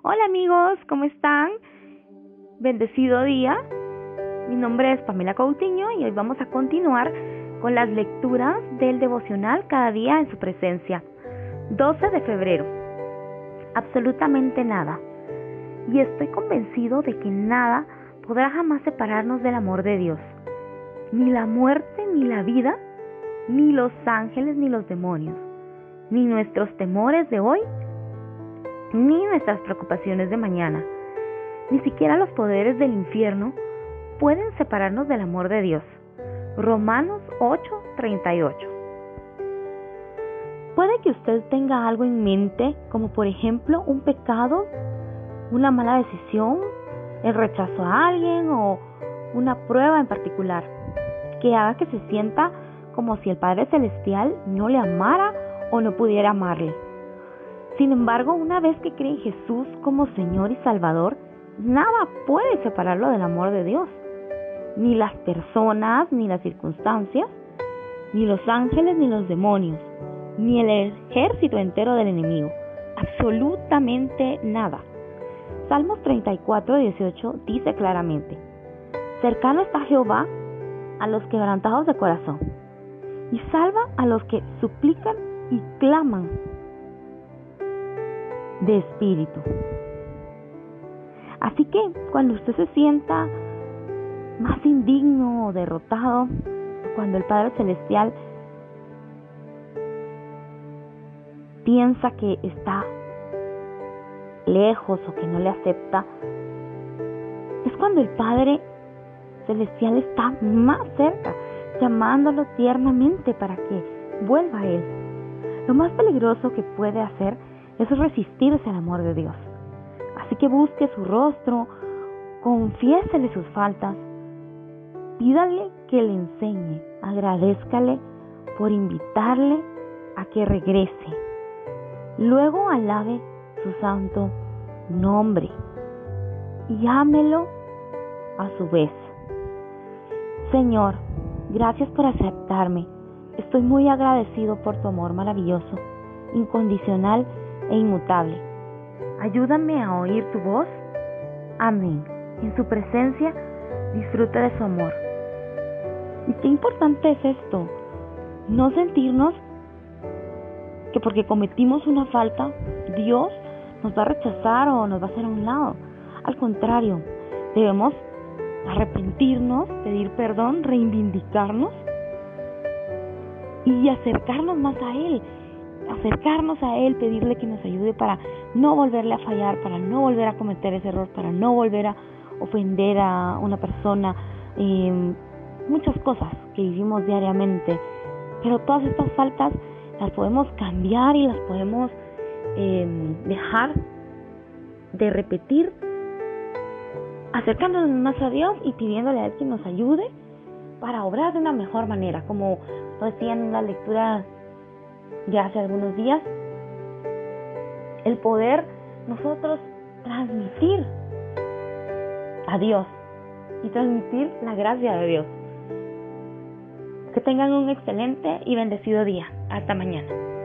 Hola amigos, ¿cómo están? Bendecido día. Mi nombre es Pamela Coutinho y hoy vamos a continuar con las lecturas del devocional Cada día en su presencia. 12 de febrero. Absolutamente nada. Y estoy convencido de que nada podrá jamás separarnos del amor de Dios. Ni la muerte, ni la vida, ni los ángeles, ni los demonios, ni nuestros temores de hoy, ni nuestras preocupaciones de mañana, ni siquiera los poderes del infierno pueden separarnos del amor de Dios. Romanos 8:38. Puede que usted tenga algo en mente, como por ejemplo un pecado, una mala decisión, el rechazo a alguien o una prueba en particular, que haga que se sienta como si el Padre Celestial no le amara o no pudiera amarle. Sin embargo, una vez que cree en Jesús como Señor y Salvador, nada puede separarlo del amor de Dios. Ni las personas, ni las circunstancias, ni los ángeles, ni los demonios, ni el ejército entero del enemigo. Absolutamente nada. Salmos 34:18 dice claramente: cercano está Jehová a los quebrantados de corazón, y salva a los que suplican y claman de espíritu. Así que cuando usted se sienta más indigno o derrotado, cuando el Padre Celestial piensa que está lejos o que no le acepta, es cuando el Padre Celestial está más cerca, llamándolo tiernamente para que vuelva a Él. Lo más peligroso que puede hacer es resistirse al amor de Dios. Así que busque su rostro, confiésele sus faltas, pídale que le enseñe, agradézcale por invitarle a que regrese. Luego alabe su santo nombre y ámelo a su vez. Señor, gracias por aceptarme. Estoy muy agradecido por tu amor maravilloso, incondicional e inmutable. Ayúdame a oír tu voz. Amén. En su presencia disfrute de su amor. Y qué importante es esto, no sentirnos que porque cometimos una falta, Dios nos va a rechazar o nos va a hacer a un lado. Al contrario, debemos arrepentirnos, pedir perdón, reivindicarnos y acercarnos más a Él. Acercarnos a Él, pedirle que nos ayude para no volverle a fallar, para no volver a cometer ese error, para no volver a ofender a una persona, muchas cosas que vivimos diariamente. Pero todas estas faltas las podemos cambiar y las podemos dejar de repetir, acercándonos más a Dios y pidiéndole a Él que nos ayude para obrar de una mejor manera, como lo decía en la lectura ya hace algunos días, el poder nosotros transmitir a Dios y transmitir la gracia de Dios. Que tengan un excelente y bendecido día. Hasta mañana.